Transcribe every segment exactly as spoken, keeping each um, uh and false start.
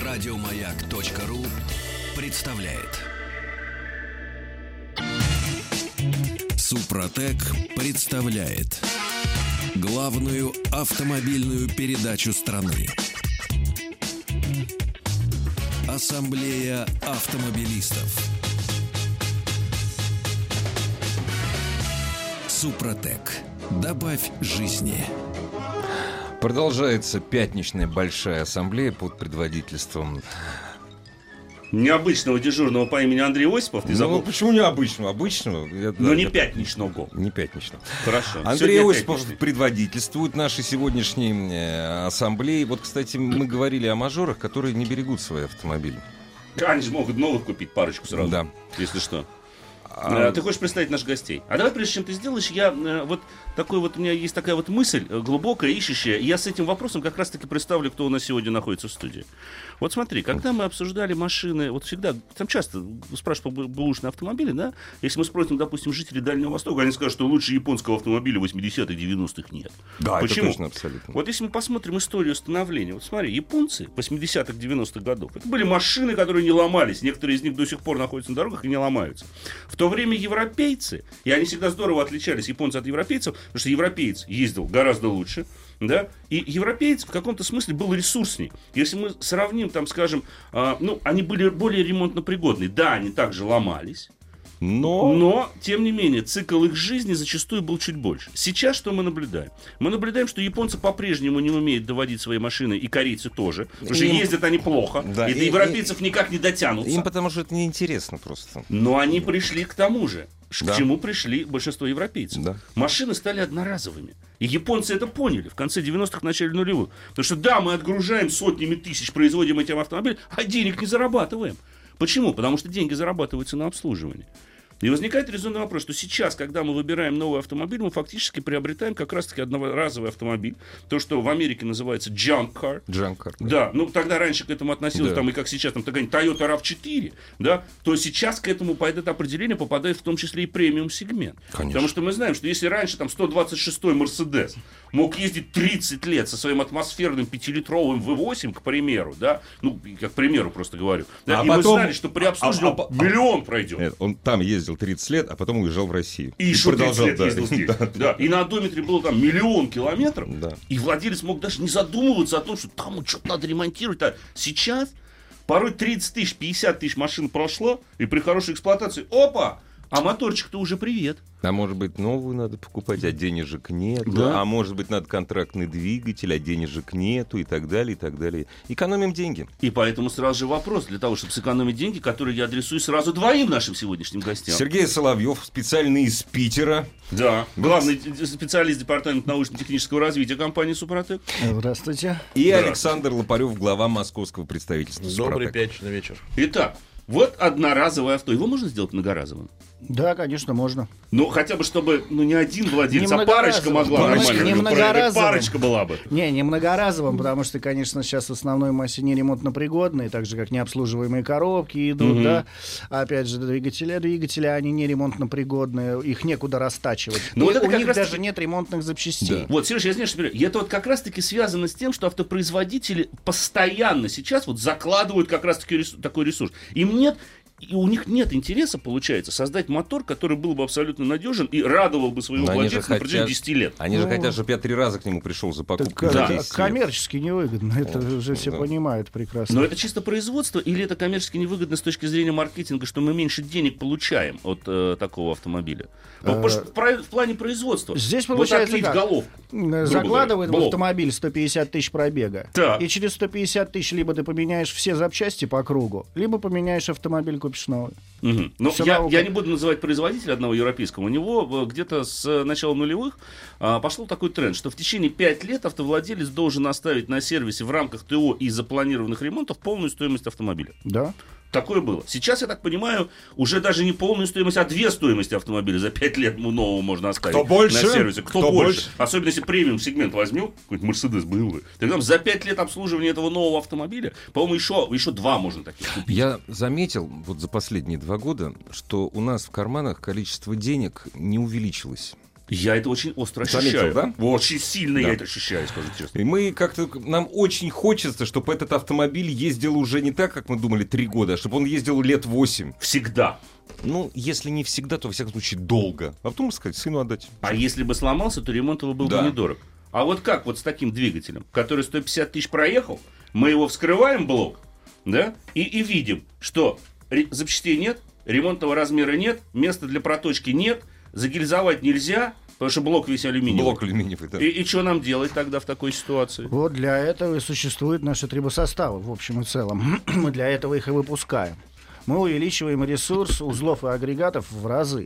Радиомаяк.ру представляет. Супротек представляет главную автомобильную передачу страны. Ассамблея автомобилистов. Супротек. Добавь жизни. Продолжается пятничная большая ассамблея под предводительством необычного дежурного по имени Андрей Осипов. Ты забыл? Ну, почему необычного? Обычного. Я, Но да, не я... пятничного. Не пятничного. Хорошо. Андрей Сегодня Осипов пятничный. предводительствует нашей сегодняшней э, ассамблеи. Вот, кстати, мы говорили о мажорах, которые не берегут свои автомобили. Они же могут новых купить парочку сразу. Да. Если что. А... Ты хочешь представить наших гостей? А давай, прежде чем ты сделаешь, я вот такой вот у меня есть такая вот мысль глубокая, ищущая. И я с этим вопросом как раз-таки представлю, кто у нас сегодня находится в студии. Вот смотри, когда мы обсуждали машины, вот всегда, там часто спрашивают по бэушные автомобили, да? Если мы спросим, допустим, жителей Дальнего Востока, они скажут, что лучше японского автомобиля восьмидесятых, девяностых нет. Да, почему? это точно, абсолютно. Вот если мы посмотрим историю становления, вот смотри, японцы восьмидесятых, девяностых годов, это были машины, которые не ломались, некоторые из них до сих пор находятся на дорогах и не ломаются. В то время европейцы, и они всегда здорово отличались, японцы от европейцев, потому что европеец ездил гораздо лучше, да, и европеец в каком-то смысле был ресурсней. Если мы сравним, там, скажем, э, ну, они были более ремонтно-пригодны, да, они также ломались, но... но, тем не менее, цикл их жизни зачастую был чуть больше. Сейчас что мы наблюдаем? Мы наблюдаем, что японцы по-прежнему не умеют доводить свои машины, и корейцы тоже, потому что им... ездят они плохо, да, и до и, европейцев и... никак не дотянутся. Им потому что это неинтересно просто. Но они пришли к тому же, да. к чему пришли большинство европейцев. Да. Машины стали одноразовыми. И японцы это поняли в конце девяностых, начале нулевых. Потому что да, мы отгружаем сотнями тысяч, производим эти автомобили, а денег не зарабатываем. Почему? Потому что деньги зарабатываются на обслуживании. И возникает резонный вопрос, что сейчас, когда мы выбираем новый автомобиль, мы фактически приобретаем как раз-таки одноразовый автомобиль. То, что в Америке называется junk car. Junk car. Да. да, ну тогда раньше к этому относилось, да. там и как сейчас, там такая Toyota рав четыре, да, то сейчас к этому по это определение попадает в том числе и премиум-сегмент. Конечно. Потому что мы знаем, что если раньше там сто двадцать шестой Mercedes мог ездить тридцать лет со своим атмосферным пятилитровым ви восемь, к примеру, да, ну, как к примеру просто говорю, да, а и потом... мы знали, что при обслуживании а, а, миллион пройдет. Нет, он там ездил тридцать лет, а потом уезжал в Россию. И, и еще продолжал, тридцать лет да. ездил здесь. да, Да, да. И на одометре было там миллион километров. Да. И владелец мог даже не задумываться о том, что там вот что-то надо ремонтировать. А сейчас порой тридцать тысяч, пятьдесят тысяч машин прошло, и при хорошей эксплуатации, опа, а моторчик-то уже привет. А может быть, новую надо покупать, а денежек нет. Да. А может быть, надо контрактный двигатель, а денежек нету, и так далее, и так далее. Экономим деньги. И поэтому сразу же вопрос, для того, чтобы сэкономить деньги, которые я адресую сразу двоим нашим сегодняшним гостям. Сергей Соловьев, специально из Питера. Да, главный специалист департамента научно-технического развития компании «Супротек». Здравствуйте. И Здравствуйте. Александр Лопарев, глава московского представительства Добрый «Супротек». пятничный вечер. Итак, вот одноразовое авто. Его можно сделать многоразовым? Да, конечно, можно. Ну, хотя бы, чтобы ну, не один владелец, Не а парочка многоразовым. могла Парочка, нормально. не ну, многоразовым. Парочка была бы. Не, не многоразовым, потому что, конечно, сейчас в основной массе не ремонтно-пригодные, так же, как необслуживаемые коробки идут, Мгм. да. Опять же, двигатели, двигатели, они не ремонтно-пригодные, их некуда растачивать. Ну, И вот это у как них раз даже таки- нет ремонтных запчастей. Вот, Сереж, я знаю, что и это вот как раз-таки связано с тем, что автопроизводители постоянно сейчас вот закладывают как раз-таки ресурс, такой ресурс. Им нет, и у них нет интереса, получается, создать мотор, который был бы абсолютно надежен и радовал бы своего Но они же владельца на протяжении хотят- десяти лет. Они же Ну, хотят, чтобы я три раза к нему пришел за Так, покупкой а, за да. десять лет. коммерчески невыгодно, это Вот, уже все да. понимают прекрасно. Но это чисто производство или это коммерчески невыгодно с точки зрения маркетинга, что мы меньше денег получаем от э, такого автомобиля? Ну, потому что в, про- в плане производства Здесь вот получается отлить как? головку. Э, Закладывает в блок. автомобиль сто пятьдесят тысяч пробега. Так. И через сто пятьдесят тысяч либо ты поменяешь все запчасти по кругу, либо поменяешь автомобиль, купишь новый. Мгм. Но Всё я, наука. я не буду называть производителя одного европейского. У него э, где-то с э, начала нулевых а, пошел такой тренд, что в течение пяти лет автовладелец должен оставить на сервисе в рамках ТО и запланированных ремонтов полную стоимость автомобиля. Да? Такое было. Сейчас, я так понимаю, уже даже не полную стоимость, а две стоимости автомобиля за пять лет ему нового можно оставить. Кто больше? На сервисе. Кто, Кто больше? больше? Особенно если премиум сегмент возьмем, какой-нибудь Мерседес бэ эм вэ, тогда за пять лет обслуживания этого нового автомобиля, по-моему, еще, еще два можно таких купить. Я заметил вот за последние два года, что у нас в карманах количество денег не увеличилось. Я это очень остро Заметил, ощущаю. да? Очень сильно Да. я это ощущаю, скажу честно. И мы как-то, нам очень хочется, чтобы этот автомобиль ездил уже не так, как мы думали, три года, а чтобы он ездил лет восемь. Всегда. Ну, если не всегда, то, во всяком случае, долго. А потом сказать, сыну отдать. А если бы сломался, то ремонт его был Да. бы недорог. А вот как вот с таким двигателем, который сто пятьдесят тысяч проехал, мы его вскрываем, блок, да, и, и видим, что ре- запчастей нет, ремонтного размера нет, места для проточки нет, загильзовать нельзя, потому что блок весь алюминиевый. Блок алюминиевый, да. И, и что нам делать тогда в такой ситуации? Вот для этого и существуют наши трибосоставы, в общем и целом. Мы для этого их и выпускаем. Мы увеличиваем ресурс узлов и агрегатов в разы.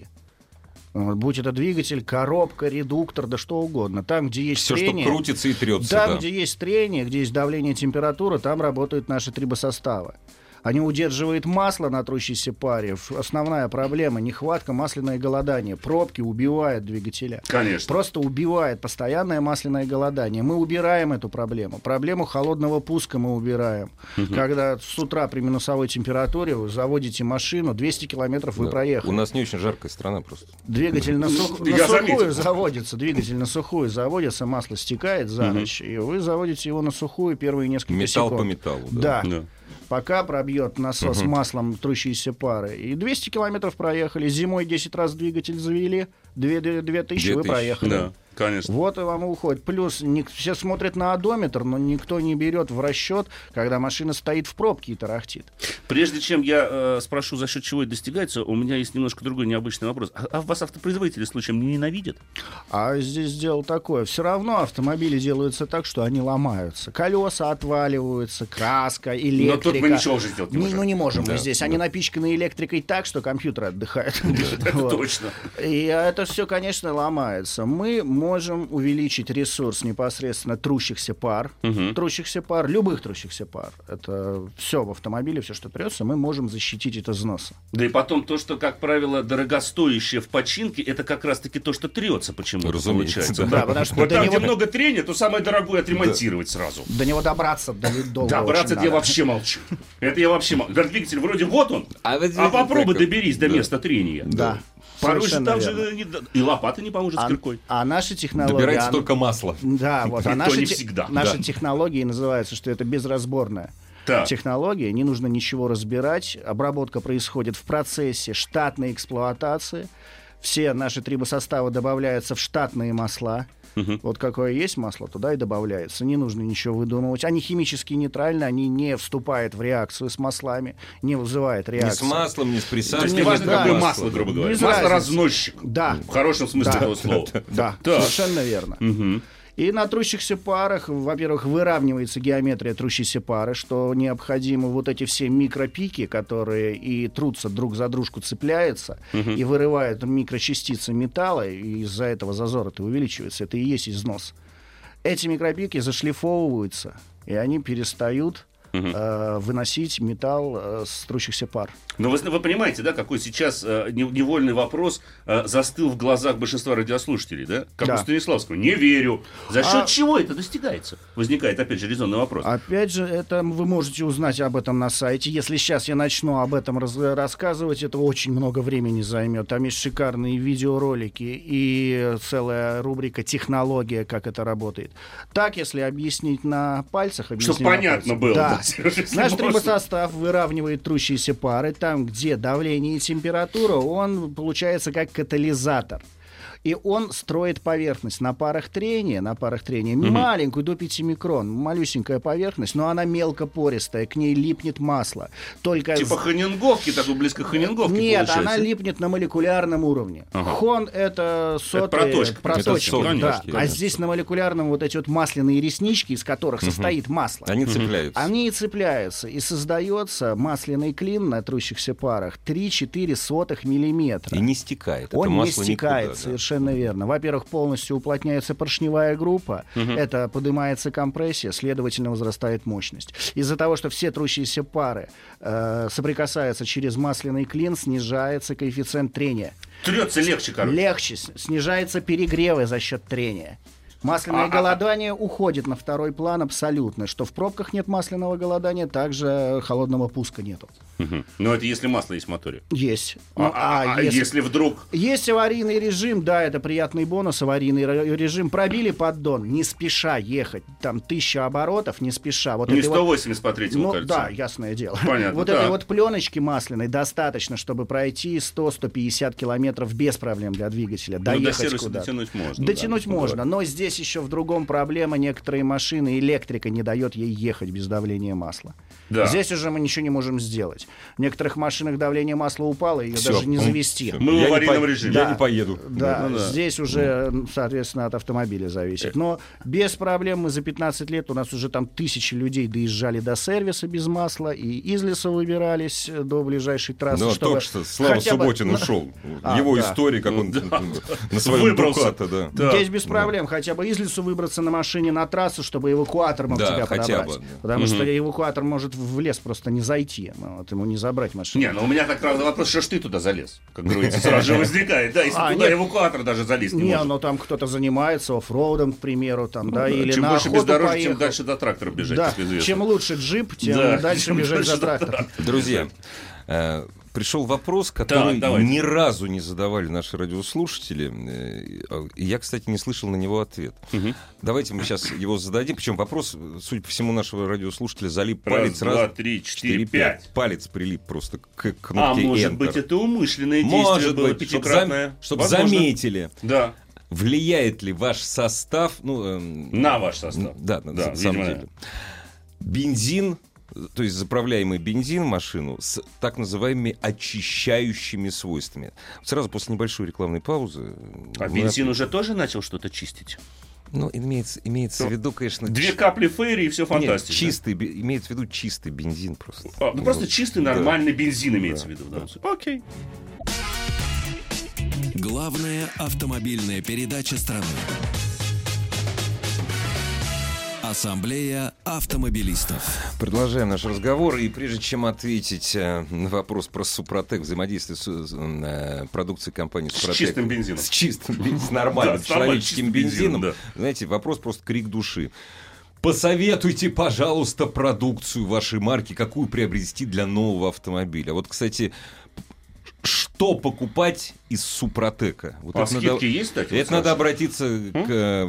Вот, будь это двигатель, коробка, редуктор, да что угодно. Там, где есть Все, что трение, крутится и трется. там, Да. где есть трение, где есть давление, температура, там работают наши трибосоставы. Они удерживают масло на трущейся паре. Ф- Основная проблема — нехватка, масляное голодание. Пробки убивают двигателя. Конечно. Просто убивает постоянное масляное голодание. Мы убираем эту проблему. Проблему холодного пуска мы убираем. Когда с утра при минусовой температуре вы заводите машину, двести километров вы Да. проехали. У нас не очень жаркая страна просто. Двигатель на, сух- на Я сухую заметил. заводится, двигатель на сухую заводится, масло стекает за ночь, и вы заводите его на сухую первые несколько Металл секунд. по металлу. Да. Да. Да. Пока пробьет насос маслом трущиеся пары. И двести километров проехали. Зимой десять раз двигатель завели. две тысячи Две вы тысячи. проехали. Да, конечно. Вот и вам и уходит. Плюс ник- все смотрят на одометр, но никто не берет в расчет, когда машина стоит в пробке и тарахтит. Прежде чем я э, спрошу, за счет чего это достигается, у меня есть немножко другой необычный вопрос. А, а вас автопроизводители случаем не ненавидят? А здесь дело такое. Все равно автомобили делаются так, что они ломаются. Колеса отваливаются, краска, электрика. Но тут мы ничего уже сделать не Не- можем. ну не можем Да, мы здесь. да. Они напичканы электрикой так, что компьютер отдыхает. Это Вот. точно. И это все, конечно, ломается. Мы можем увеличить ресурс непосредственно трущихся пар, Мгм. трущихся пар, любых трущихся пар. Это все в автомобиле, все, что трется, мы можем защитить от износа. Да и потом то, что, как правило, дорогостоящее в починке, это как раз-таки то, что трется почему-то Разумеется, получается. да. Да, потому что Вот до там, него- где много трения, то самое дорогое отремонтировать сразу. До него добраться до- долго Добраться, очень это я надо. вообще молчу. Это я вообще молчу. Да, двигатель вроде вот он, А вот здесь а вот попробуй так вот. доберись до Да. места трения. Да. Порой же Совершенно там верно. же не до- и лопата не поможет с А, киркой. а наши технологии... Добирается а- только масло. Да, вот. И А то наши, не те- всегда. наши Да. технологии называются, что это безразборная Так. технология, не нужно ничего разбирать, обработка происходит в процессе штатной эксплуатации, все наши трибосоставы добавляются в штатные масла. Мгм. Вот какое есть масло, туда и добавляется. Не нужно ничего выдумывать. Они химически нейтральны, они не вступают в реакцию с маслами, не вызывают Ни с реакции. маслом, ни с То есть присадкой. неважно, да, какое масло, масло, грубо говоря. Без Масло-разносчик. Да. В хорошем смысле Да. этого слова. Да, Так. совершенно верно. Мгм. И на трущихся парах, во-первых, выравнивается геометрия трущейся пары, что необходимо вот эти все микропики, которые и трутся друг за дружку, цепляются, и вырывают микрочастицы металла, и из-за этого зазор-то увеличивается. Это и есть износ. Эти микропики зашлифовываются, и они перестают э, выносить металл э, с трущихся пар. Но вы, вы понимаете, да, какой сейчас э, не- невольный вопрос э, застыл в глазах большинства радиослушателей, да? Как Да. у Станиславского. Не верю. За счет А- чего это достигается? Возникает, опять же, резонный вопрос. Опять же, это вы можете узнать об этом на сайте. Если сейчас я начну об этом раз- рассказывать, это очень много времени займет. Там есть шикарные видеоролики и целая рубрика «Технология», как это работает. Так, если объяснить на пальцах... объясню Чтобы на понятно пальцах. было. Да. да, Сережа, если Наш можно. трибосостав выравнивает трущиеся пары. Там, где давление и температура, он получается как катализатор. И он строит поверхность на парах трения, на парах трения маленькую, до пяти микрон, малюсенькая поверхность, но она мелкопористая, к ней липнет масло. Только Типа Хоненговки, такой близко к Хоненговке Нет, получается. она липнет на молекулярном уровне. Ага. Хон — это сотые, проточка, проточки, это да. солнышки, А конечно. здесь на молекулярном вот эти вот масляные реснички, из которых состоит масло. Они цепляются. Они и цепляются, и создается масляный клин на трущихся парах три-четыре сотых миллиметра. И не стекает. Это Он не масло стекает, никуда, да. совершенно верно. Во-первых, полностью уплотняется поршневая группа, это поднимается компрессия, следовательно, возрастает мощность. Из-за того, что все трущиеся пары э, соприкасаются через масляный клин, снижается коэффициент трения. Трется легче, короче. Легче, с- снижаются перегревы за счет трения. Масляное А, голодание а, уходит на второй план абсолютно. Что в пробках нет масляного голодания, также холодного пуска нету. Угу. Но это если масло есть в моторе. Есть. Ну, а, а, а если... если вдруг... Есть аварийный режим, да, это приятный бонус, аварийный режим. Пробили поддон, не спеша ехать. Там тысяча оборотов, не спеша. Вот не сто восемьдесят вот... по третьему ну, кольцу. Да, ясное дело. Понятно, вот да. этой вот пленочки масляной достаточно, чтобы пройти сто - сто пятьдесят километров без проблем для двигателя. Ну, доехать до сервиса куда-то. дотянуть можно. Дотянуть да, можно, да. но здесь еще в другом проблема. Некоторые машины, электрика не дает ей ехать без давления масла. Да. Здесь уже мы ничего не можем сделать. В некоторых машинах давление масла упало, ее Всё. даже не завести. Мы в аварийном по... режиме. Я не поеду. Да, ну, да. здесь уже, соответственно, от автомобиля зависит. Но без проблем мы за пятнадцать лет, у нас уже там тысячи людей доезжали до сервиса без масла, и из леса выбирались до ближайшей трассы. Но чтобы только что Слава хотя бы... Субботин ушел. А, Его да. история, как он Да. на своем Выбрался. Дукато, да. Да. Здесь без проблем хотя бы из лесу выбраться на машине на трассу, чтобы эвакуатор мог Да, тебя хотя подобрать. бы, да. Потому Мгм. что эвакуатор может в лес просто не зайти. Ну, вот ему не забрать машину. Не, ну у меня так правда вопрос, что ж ты туда залез? Как говорится, сразу же возникает. Да, если А, туда нет. эвакуатор даже залезть не, Не, может. ну там кто-то занимается оффроудом, к примеру, там, да, или Чем на больше охоту бездорожья, поехал. тем дальше до трактора бежать, Да, как известно. чем лучше джип, тем Да, дальше чем бежать дальше за до трактором. Друзья, э, пришел вопрос, который Так, давайте. ни разу не задавали наши радиослушатели. Э, и я, кстати, не слышал на него ответ. Мгм. Давайте мы сейчас его зададим. Причем вопрос, судя по всему, нашего радиослушателя залип Раз, палец. два, три, четыре, пять. Палец прилип просто к А кнопке может Enter. быть, это умышленное действие Может было быть, чтобы пятикратное? чтобы Возможно. заметили, Да, влияет ли ваш состав, ну, эм, на ваш состав. да, на Да, самом видимо, деле. Бензин, то есть заправляемый бензин в машину с так называемыми очищающими свойствами. Сразу после небольшой рекламной паузы. А мы бензин ответим. уже тоже начал что-то чистить? Ну, имеется, имеется в виду, конечно... Две ч- капли фейри и все Нет, фантастика. чистый, бе- имеется в виду чистый бензин просто. А, ну, просто чистый, да. нормальный бензин имеется в виду. в данном случае. Окей. Главная автомобильная передача страны. Ассамблея автомобилистов. Продолжаем наш разговор. И прежде чем ответить э, на вопрос про Супротек, взаимодействие с э, продукцией компании Супротек... чистым бензином. С чистым бензином, с нормальным Да, с нормальным человеческим чистым бензином, бензином. Знаете, вопрос просто крик души. Посоветуйте, пожалуйста, продукцию вашей марки, какую приобрести для нового автомобиля. Вот, кстати, что покупать из Супротека? Вот А это скидки надо, есть, кстати? это вот надо скажешь? обратиться к э,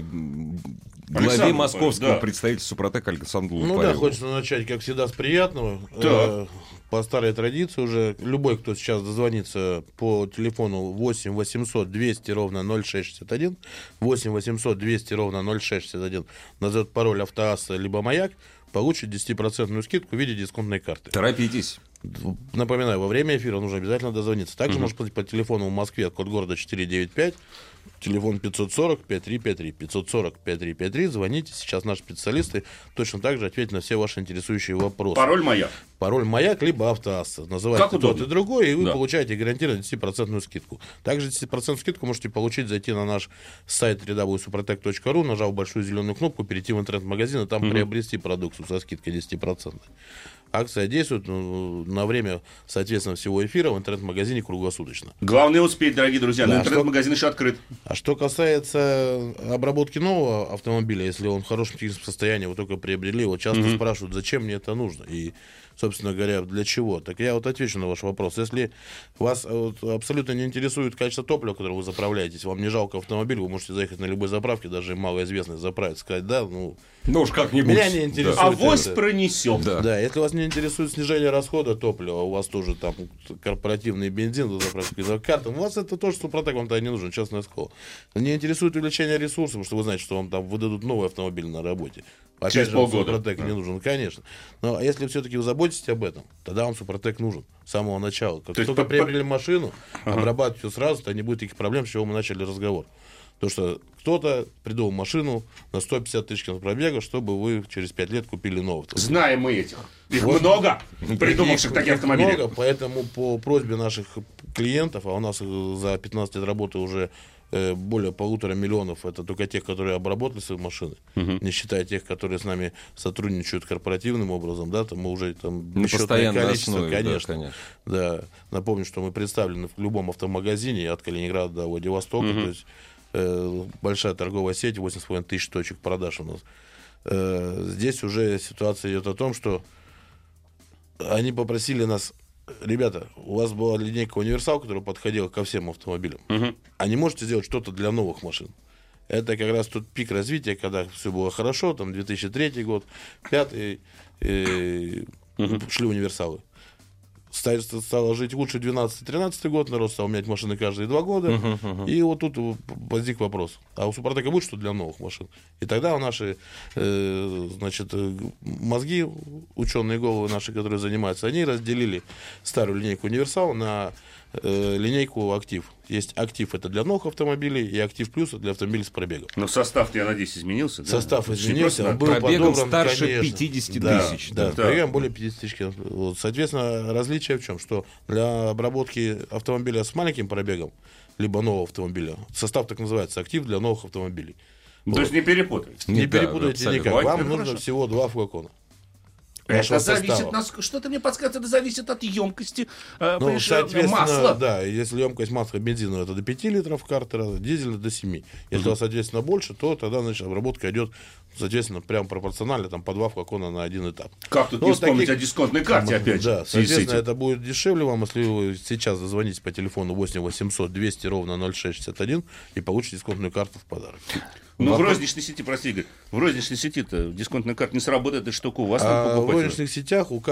главе Александру, московского да. представительства Супротека Александру Ну Лупареву. да, хочется начать, как всегда, с приятного. Так. Э, По старой традиции уже любой, кто сейчас дозвонится по телефону восемь восемьсот двести ровно ноль шесть шестьдесят один, восемь восемьсот двести ровно ноль шесть шестьдесят один, назовет пароль «Автоасса» либо «Маяк», получит десятипроцентную скидку в виде дисконтной карты. Торопитесь. Напоминаю, во время эфира нужно обязательно дозвониться. Также Мгм. можно позвонить по телефону в Москве, код города четыреста девяносто пять, телефон пятьсот сорок пятьдесят три пятьдесят три, пятьсот сорок пятьдесят три пятьдесят три. Звоните, сейчас наши специалисты точно так же ответят на все ваши интересующие вопросы. Пароль «Маяк». Пароль «Маяк» либо «Автоасса». Называйте Как тот удобно. и другой, и вы Да. получаете гарантированно десятипроцентную скидку. Также десятипроцентную скидку можете получить, зайти на наш сайт дабл ю дабл ю дабл ю точка супротек точка ру, нажав большую зеленую кнопку, перейти в интернет-магазин и там Мгм. приобрести продукцию со скидкой десять процентов. Акция действует ну, на время, соответственно, всего эфира в интернет-магазине круглосуточно. Главное успеть, дорогие друзья. Да, Но интернет-магазин еще открыт. А что касается обработки нового автомобиля, если он в хорошем техническом состоянии, вы только приобрели, вот часто Мгм. спрашивают, зачем мне это нужно и, собственно говоря, для чего. Так я вот отвечу на ваш вопрос. Если вас вот, абсолютно не интересует качество топлива, которое вы заправляетесь, вам не жалко автомобиль, вы можете заехать на любой заправке, даже малоизвестной заправить, сказать, да, ну, Ну уж как-нибудь. меня не интересует. А вось это. пронесем. Да. Да, если вас не интересует снижение расхода топлива, у вас тоже там корпоративный бензин, вы заправляете картом, у вас это тоже Супротек вам тогда не нужен, честное слово. Не интересует увеличение ресурсов, потому что вы знаете, что вам там выдадут новый автомобиль на работе. Опять Через же, вам полгода. Супротек не нужен, конечно. Но если все-таки вы заботитесь об этом, тогда вам Супротек нужен с самого начала. Как То есть только по- приобрели машину, Ага. обрабатывать все сразу, то не будет таких проблем, с чего мы начали разговор. Потому что кто-то придумал машину на сто пятьдесят тысяч пробега, чтобы вы через пять лет купили новый автомобиль. Знаем мы этих. Их Вот. много, придумавших Их- такие их автомобили. много, поэтому по просьбе наших клиентов, а у нас э, за пятнадцать лет работы уже э, более полутора миллионов, это только тех, которые обработали свои машины, Мгм. не считая тех, которые с нами сотрудничают корпоративным образом, да, там мы уже там На бесчетное постоянной количество, основе, да, конечно. конечно. Да, напомню, что мы представлены в любом автомагазине от Калининграда до Владивостока, Мгм. то есть э, большая торговая сеть, восемь с половиной тысяч точек продаж у нас. Э, здесь уже ситуация идет о том, что они попросили нас: ребята, у вас была линейка универсал, которая подходила ко всем автомобилям. Uh-huh. А не можете сделать что-то для новых машин? Это как раз тот пик развития, когда все было хорошо, там две тысячи третий год, две тысячи пятый, э, uh-huh. шли универсалы. Стало жить лучше двенадцатый-тринадцатый год, народ стал менять машины каждые два года. Uh-huh, uh-huh. И вот тут возник вопрос: а у Супротека будет что для новых машин? И тогда наши э, значит, мозги, ученые головы наши, которые занимаются, они разделили старую линейку универсал на э, линейку актив. Есть актив — это для новых автомобилей, и актив плюс — это для автомобилей с пробегом. Но состав, я надеюсь, изменился? Да? Состав изменился, он был пробегом подобран, старше конечно, пятьдесят да, тысяч. Да, Да. пробегом более пятьдесят тысяч. Вот, соответственно, различие в чем? Что для обработки автомобиля с маленьким пробегом, либо нового автомобиля, состав так называется актив для новых автомобилей. То Вот. есть не перепутайте. Не Не, да, перепутайте абсолютно. никак. Вам Это нужно хорошо. всего два флакона. Это Нашего зависит, состава. нас, что-то мне подсказывает, это зависит от емкости э, Ну, понимаешь, соответственно, масла. да, если емкость масла бензина это до пяти литров картера, дизеля до семи. Если, uh-huh. соответственно, больше, то тогда, значит, обработка идет, соответственно, прямо пропорционально, там, по два флакона на один этап. Как тут Ну, не вот вспомнить таких- о дисконтной карте опять же? Да, в связи с соответственно, этим? это будет дешевле вам, если вы сейчас дозвонитесь по телефону восемь восемьсот двести ровно ноль шесть шестьдесят один и получите дисконтную карту в подарок. Ну, в Вопрос- розничной сети, прости, Игорь, в розничной сети-то дисконтная карта не сработает, эта штука у вас А надо в покупать. розничных сетях у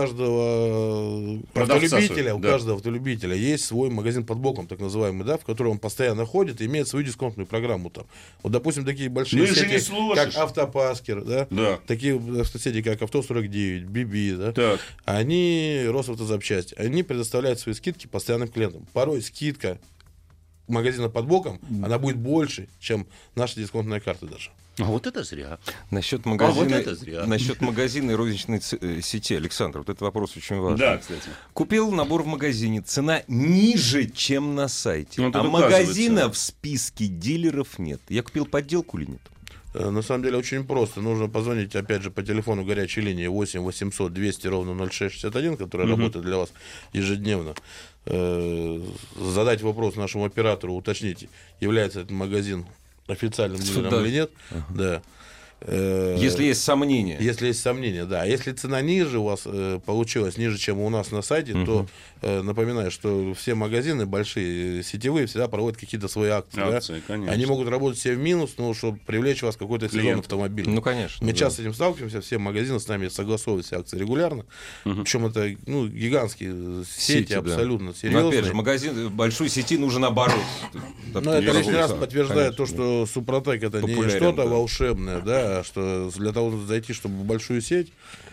каждого Продавца автолюбителя, свой, у да. каждого автолюбителя есть свой магазин под боком, так называемый, да, в который он постоянно ходит и имеет свою дисконтную программу там. Вот, допустим, такие большие Ну, их же сети, не сложишь. как Автопаскер, да, Да. такие автосети, как Авто сорок девять, би би, да, Так. они, Росавтозапчасти, они предоставляют свои скидки постоянным клиентам. Порой скидка магазина под боком, она будет больше, чем наша дисконтная карта даже. А вот это зря. Насчет магазина, вот это зря. насчет магазина и розничной ц- э, сети, Александр, вот этот вопрос очень важный. Да, кстати. Купил набор в магазине, цена ниже, чем на сайте, Ну, тут а указывается. магазина в списке дилеров нет. Я купил подделку или нет? Э, На самом деле очень просто. Нужно позвонить, опять же, по телефону горячей линии восемь восемьсот двести ровно ноль шесть шестьдесят один, которая Мгм. работает для вас ежедневно. Э, Задать вопрос нашему оператору, уточнить, является этот магазин официальным дилером Да. или нет. Да. Э, Если есть сомнения. Если есть сомнения, да. А если цена ниже у вас э, получилась, ниже, чем у нас на сайте, Мгм. то э, напоминаю, что все магазины большие, э, сетевые, всегда проводят какие-то свои акции. да. Акции, конечно. Они могут работать все в минус, но чтобы привлечь вас в какой-то сезон Клиент. автомобиля. Ну, конечно. Мы да. часто с этим сталкиваемся, все магазины с нами согласовывают все акции регулярно. Причем это ну, гигантские сети, Сети, да. абсолютно Но серьезные. опять же, магазин большой сети нужен оборот. Но это лишний раз Конечно, подтверждает то, что Супротек это не Популярен, что-то да. волшебное, да, а что для того, чтобы зайти, чтобы в большую сеть,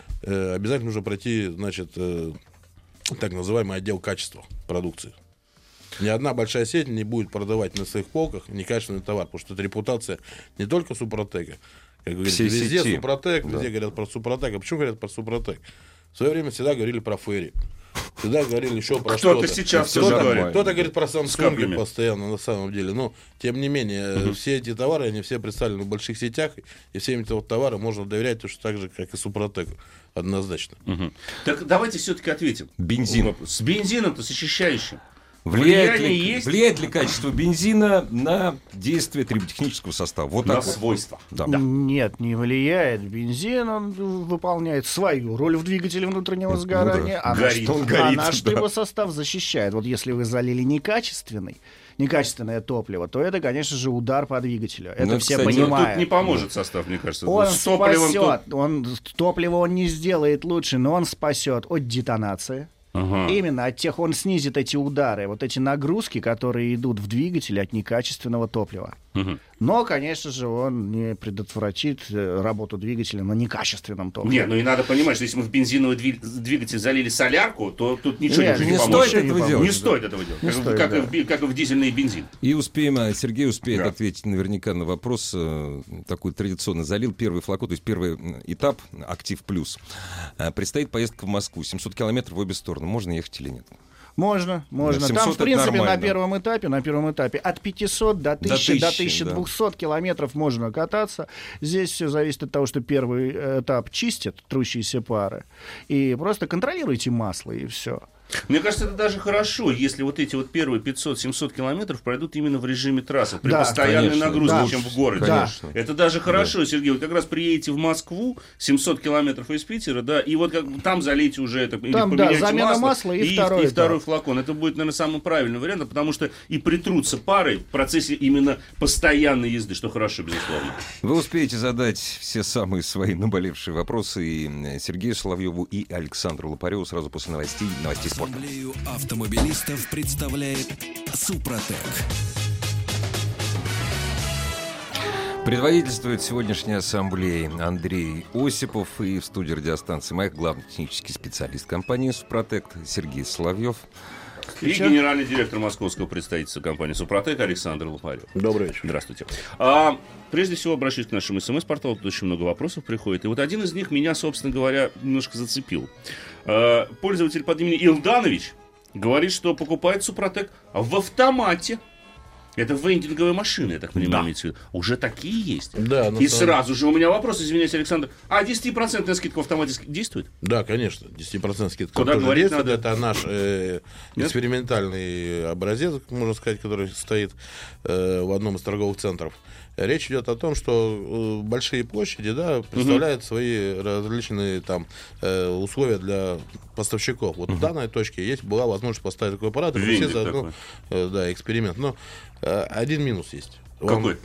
э, обязательно нужно пройти, значит, э, так называемый отдел качества продукции. Ни одна большая сеть не будет продавать на своих полках некачественный товар, потому что это репутация не только Супротека. Как говорится, Всей везде сети. Супротек, Да. везде говорят про Супротек. А почему говорят про Супротек? В свое время всегда говорили про Ферри. Всегда говорили еще про Кто-то что-то. сейчас Всё тоже нормально. говорит. Кто-то говорит про каплями. Samsung постоянно, на самом деле. Но, тем не менее, все эти товары, они все представлены в больших сетях, и всем этим вот товарам можно доверять точно так же, как и Супротеку. Однозначно. Мгм. Так давайте все-таки ответим. Бензин. С бензином-то, с очищающим. Влияет Влияние ли, есть? влияет ли качество бензина на действие триботехнического состава? Вот На так вот. свойства. Да. Нет, не влияет. Бензин, он выполняет свою роль в двигателе внутреннего Ну сгорания, да. а, Горит. наш, Он а горит, наш да. состав защищает. Вот если вы залили некачественный, некачественное топливо, то это, конечно же, удар по двигателю. Это Ну, все кстати, Но понимают. тут не поможет состав, мне кажется. Он С топливом тут- спасет, он, топливо он не сделает лучше, но он спасет от детонации. Ага. Именно от тех, он снизит эти удары, вот эти нагрузки, которые идут в двигателе от некачественного топлива. Мгм. Но, конечно же, он не предотвратит э, работу двигателя на некачественном топливе. Не, ну и надо понимать, что если мы в бензиновый дви- двигатель залили солярку, то тут ничего Нет, не, не поможет. стоит этого Не делать. Не стоит этого делать. Не как, стоит, как да. и в, би- как и в дизельный бензин. И успеем, а, Сергей успеет Да. ответить наверняка на вопрос, э, такой традиционно залил первый флакон, то есть первый м, этап, Актив Плюс. А, Предстоит поездка в Москву, семьсот километров в обе стороны. Можно ехать или нет? Можно, можно. семьсот Там, в это принципе, нормально. на первом этапе, на первом этапе от пятисот до До тысячи, до тысячи, тысячи двухсот километров можно кататься. Здесь все зависит от того, что первый этап чистят трущиеся пары. И просто контролируйте масло, и все. Мне кажется, это даже хорошо, если вот эти вот первые пятьсот-семьсот километров пройдут именно в режиме трассы, при Да, постоянной конечно, нагрузке, да, чем в городе. конечно. Это даже хорошо, Сергей. Вот как раз приедете в Москву, семьсот километров из Питера, да, и вот как, там залейте уже это, или Там, да, поменяйте замена масло, масла и и, второй и второй этап. флакон. Это будет, наверное, самый правильный вариант, потому что и притрутся пары в процессе именно постоянной езды, что хорошо, безусловно. Вы успеете задать все самые свои наболевшие вопросы и Сергею Соловьеву, и Александру Лопареву сразу после новостей, новостей спорта. Ассамблею автомобилистов представляет Супротек. Предводительствует сегодняшней ассамблеи Андрей Осипов, и в студии радиостанции «Маяк» главный технический специалист компании «Супротек» Сергей Соловьев. И генеральный директор московского представительства компании «Супротек» Александр Лопарев. Добрый вечер. Здравствуйте. А, прежде всего, обращусь к нашему СМС-порталу, тут очень много вопросов приходит. И вот один из них меня, собственно говоря, немножко зацепил. А, пользователь под именем Илданович говорит, что покупает «Супротек» в автомате. Это вендинговые машины, я так понимаю, Да. имеется в виду. Уже такие есть. Да, на И самом- сразу же у меня вопрос, извиняюсь, Александр. А десятипроцентная скидка в автомате действует? Да, конечно, десять процентов скидка. Куда тоже говорить действует. надо? Это наш э, Нет? экспериментальный образец, можно сказать, который стоит э, в одном из торговых центров. Речь идет о том, что э, большие площади, да, представляют свои различные там э, условия для поставщиков. Вот в данной точке есть была возможность поставить такой аппарат, и все Вендик заодно, такой. э, да, эксперимент. Но э, один минус есть. Вам- Какой?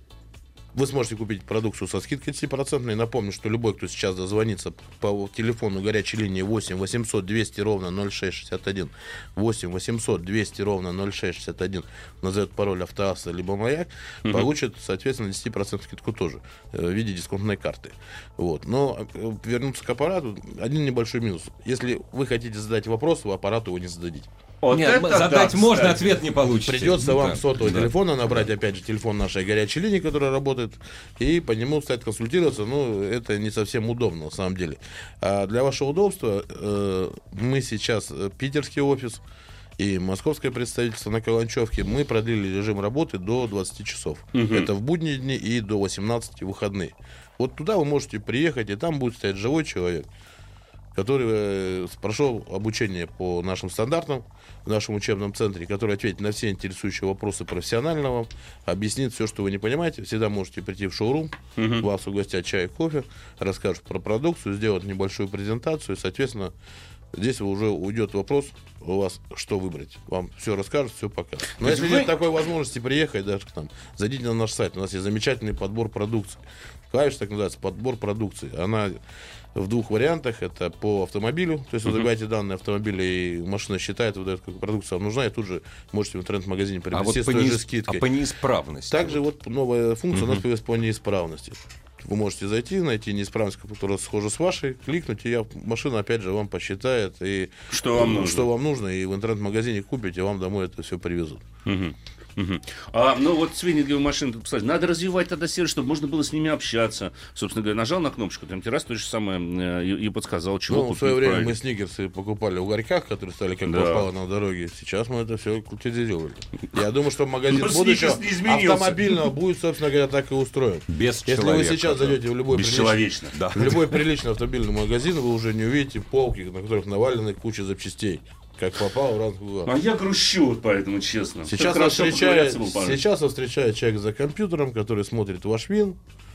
Вы сможете купить продукцию со скидкой десять процентов. Напомню, что любой, кто сейчас дозвонится по телефону горячей линии восемь восемьсот двести ровно ноль шесть шестьдесят один, восемь восемьсот двести ровно ноль шесть шестьдесят один, назовет пароль «Автоасса» либо «Маяк», Мгм. получит, получит, соответственно, десять процентов скидку тоже э, в виде дисконтной карты. Вот. Но э, вернуться к аппарату, один небольшой минус. Если вы хотите задать вопрос, вы аппарату его не зададите. Вот Нет, это задать да, можно, кстати. ответ не получите. Придется вам Да, с сотового да. телефона набрать, опять же, телефон нашей горячей линии, которая работает, и по нему стать консультироваться. Ну, это не совсем удобно, на самом деле. А для вашего удобства э, мы сейчас э, питерский офис и московское представительство на Каланчевке, мы продлили режим работы до двадцати часов. Мгм. Это в будние дни и до восемнадцати выходные. Вот туда вы можете приехать, и там будет стоять живой человек, который э, прошел обучение по нашим стандартам в нашем учебном центре, который ответит на все интересующие вопросы профессионально вам, объяснит все, что вы не понимаете. Всегда можете прийти в шоурум, Мгм. вас угостят чай, кофе, расскажут про продукцию, сделать небольшую презентацию, и, соответственно, здесь уже уйдет вопрос у вас, что выбрать. Вам все расскажут, все покажут. Но То есть если вы- нет такой возможности приехать даже к нам, зайдите на наш сайт. У нас есть замечательный подбор продукции. Клавиша так называется, подбор продукции. Она в двух вариантах. Это по автомобилю. То есть вы забиваете данные автомобиля, и машина считает, выдает, какая продукция вам нужна, и тут же можете в интернет-магазине А приобрести вот с по, той же неис- скидкой. а по неисправности. Также вот новая функция у нас Мгм. появилась по неисправности. Вы можете зайти, найти неисправность, которая схожа с вашей, кликнуть, и я, машина опять же вам посчитает, и Что вам нужно. что вам нужно, и в интернет-магазине купите, вам домой это все привезут. Мгм. Мгм. А, ну вот с вендинговыми машинами тут поставить. Надо развивать тогда сервис, чтобы можно было с ними общаться. Собственно говоря, нажал на кнопочку, там тебе раз то же самое э, и, и подсказал, чего Ну, в купить свое время правильно. мы сникерсы покупали в ларьках, которые стали как Да. попало на дороге. Сейчас мы это все культивировали. Я думаю, что магазин Но будущего Сникерс не изменился. автомобильного будет, собственно говоря, так и устроен. Без Если человека, вы сейчас да. зайдете в любой приличный, Бесчеловечно. Да. в любой приличный автомобильный магазин, вы уже не увидите полки, на которых навалены куча запчастей. Как попало в разных углах. А я грущу, вот поэтому, честно. Сейчас Так вас, хорошо встречает, поговориться было, пора. сейчас вас встречает человек за компьютером, который смотрит ваш вин,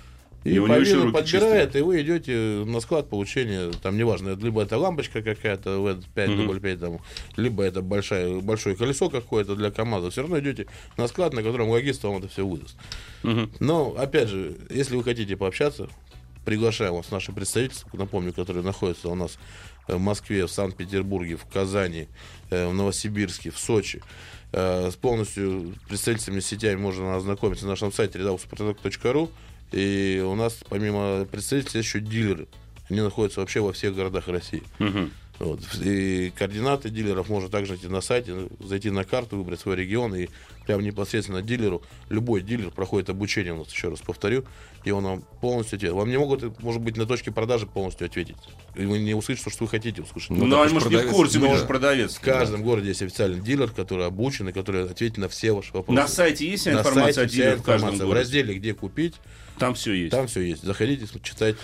и И у по него еще вину руки подбирает, и вы идете на склад получения, там неважно, либо это лампочка какая-то вэ пять дабл ю пять, там, либо это большое, большое колесо какое-то для КамАЗа, все равно идете на склад, на котором логист вам это все выдаст. Мгм. Но, опять же, если вы хотите пообщаться, приглашаем вас в наше представительство, напомню, которое находится у нас в Москве, в Санкт-Петербурге, в Казани, э, в Новосибирске, в Сочи. Э, С полностью представительными сетями можно ознакомиться на нашем сайте редакция точка ру. И у нас, помимо представителей, есть еще дилеры. Они находятся вообще во всех городах России. Мгм. Вот. И координаты дилеров можно также найти на сайте, зайти на карту, выбрать свой регион, и прямо непосредственно дилеру, любой дилер проходит обучение у нас, еще раз повторю, и он вам полностью ответит. Вам не могут, может быть, на точке продажи полностью ответить. И вы не услышите, что вы хотите услышать. Ну, так а уж может, не в продавец. курсе, Но будешь продавец. В каждом городе есть официальный дилер, который обучен и который ответит на все ваши вопросы. На сайте есть вся На информация сайте о вся дилерах в каждом информация. В городе? разделе «Где купить», Там все есть. там все есть. Заходите, читайте. И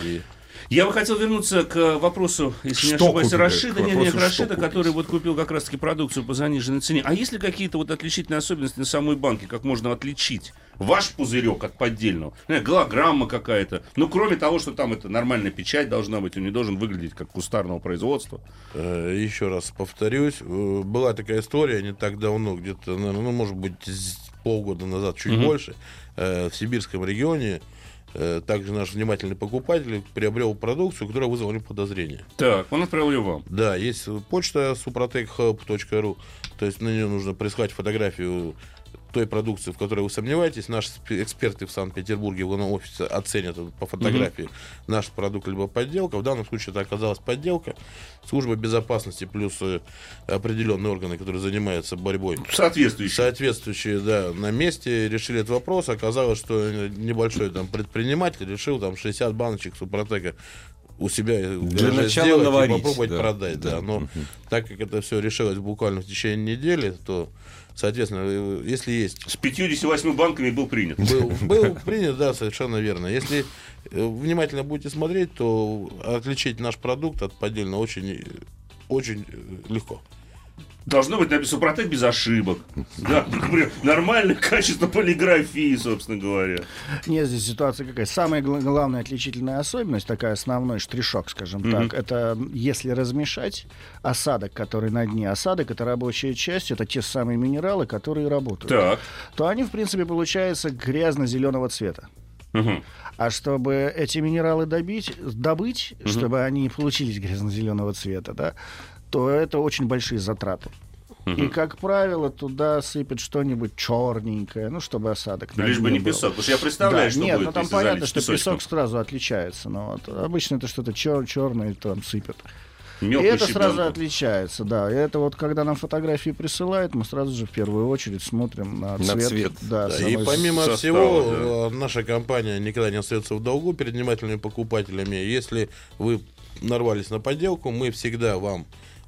Я бы хотел вернуться к вопросу, если не Что ошибаюсь, купить? Рашида, К не, не, вопросу, к что Рашида, купить? который вот купил как раз-таки продукцию по заниженной цене. А есть ли какие-то вот отличительные особенности на самой банке, как можно отличить ваш пузырек от поддельного? Ну, голограмма какая-то. Ну, кроме того, что там это нормальная печать должна быть, он не должен выглядеть как кустарного производства. Э, Еще раз повторюсь, э, была такая история не так давно, где-то, наверное, ну, может быть, с- полгода назад, чуть Мгм. больше, э, в сибирском регионе. э, Также наш внимательный покупатель приобрел продукцию, которая вызвала у него подозрения. Так, он отправил ее вам. Да, есть почта suprotechhub точка ру, то есть на нее нужно прислать фотографию той продукции, в которой вы сомневаетесь. Наши спе- эксперты в Санкт-Петербурге в главном офисе оценят это по фотографии наш продукт либо подделка. В данном случае это оказалась подделка. Служба безопасности плюс э, определенные органы, которые занимаются борьбой, Соответствующий. соответствующие, да, на месте решили этот вопрос. Оказалось, что небольшой там предприниматель решил там шестьдесят баночек Супротека у себя в Для гараже начала сделать наварить, и попробовать да, продать. Да. да. Но Мгм. так как это все решилось буквально в течение недели, то, соответственно, э, если есть... С пятьюдесятью восьмью банками был принят. Был, был принят, да, совершенно верно. Если э, внимательно будете смотреть, то отличить наш продукт от поддельного очень, очень э, легко. Должно быть написано Супротек без ошибок. Да, например, нормальное качество полиграфии, собственно говоря. Нет, здесь ситуация какая. Самая гла- главная отличительная особенность, такая основной штришок, скажем Мгм. так, это если размешать осадок, который на дне. Осадок — это рабочая часть, это те самые минералы, которые работают. Так. То они, в принципе, получаются грязно-зеленого цвета. Мгм. А чтобы эти минералы добить, добыть, Мгм. чтобы они получились грязно-зеленого цвета, да, то это очень большие затраты. И, Мгм. как правило, туда сыпят что-нибудь черненькое, ну, чтобы осадок на Лишь бы дне не был. песок. Потому что я представляю, Да, что нет, будет, ну там если понятно, залить что песочком. песок сразу отличается, но вот обычно это что-то черное там сыпят. И Мелкую это сразу щебенку. отличается, да. И это вот когда нам фотографии присылают, мы сразу же в первую очередь смотрим на На цвет. цвет. Да, Да, самой и помимо состава, всего, э, наша компания никогда не остается в долгу перед внимательными покупателями. Если вы нарвались на подделку, мы всегда вам